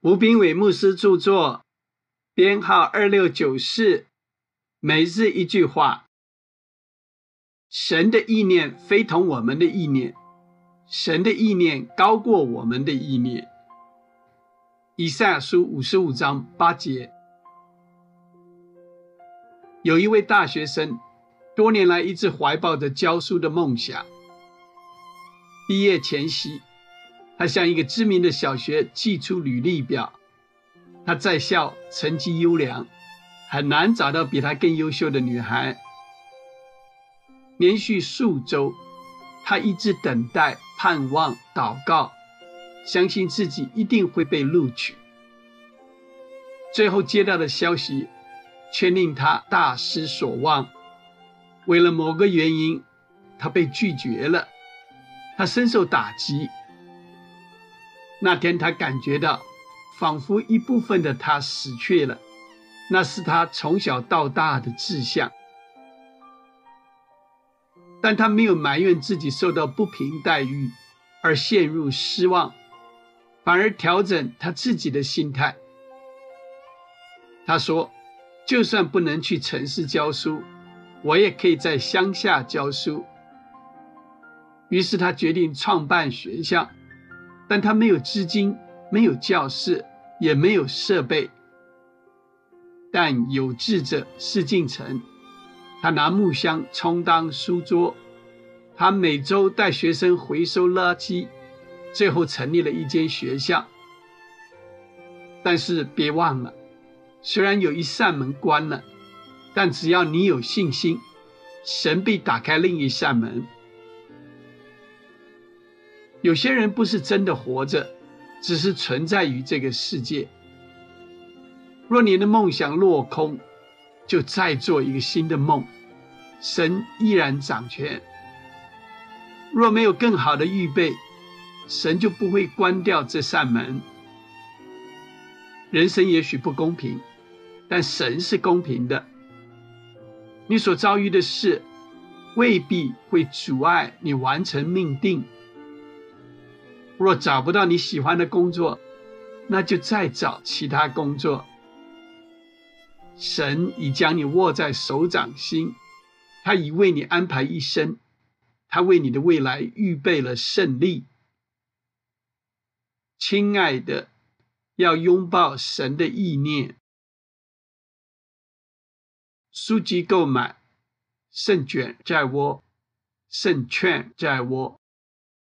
吴斌伟牧师著作，编号2694，每日一句话。神的意念非同我们的意念，神的意念高过我们的意念。以赛亚书55章8节。有一位大学生，多年来一直怀抱着教书的梦想。毕业前夕，他向一个知名的小学寄出履历表。他在校成绩优良，很难找到比他更优秀的女孩。连续数周，他一直等待、盼望、祷告，相信自己一定会被录取。最后接到的消息却令他大失所望。为了某个原因，他被拒绝了，他深受打击。那天他感觉到仿佛一部分的他死去了，那是他从小到大的志向。但他没有埋怨自己受到不平待遇而陷入失望，反而调整他自己的心态。他说，就算不能去城市教书，我也可以在乡下教书。于是他决定创办学校，但他没有资金，没有教室，也没有设备。但有志者事竟成，他拿木箱充当书桌，他每周带学生回收垃圾，最后成立了一间学校。但是别忘了，虽然有一扇门关了，但只要你有信心，神必打开另一扇门。有些人不是真的活着，只是存在于这个世界。若你的梦想落空，就再做一个新的梦，神依然掌权。若没有更好的预备，神就不会关掉这扇门。人生也许不公平，但神是公平的。你所遭遇的事未必会阻碍你完成命定。若找不到你喜欢的工作，那就再找其他工作。神已将你握在手掌心，他已为你安排一生，他为你的未来预备了胜利。亲爱的，要拥抱神的意念。书籍购买：胜卷在握，胜券在握。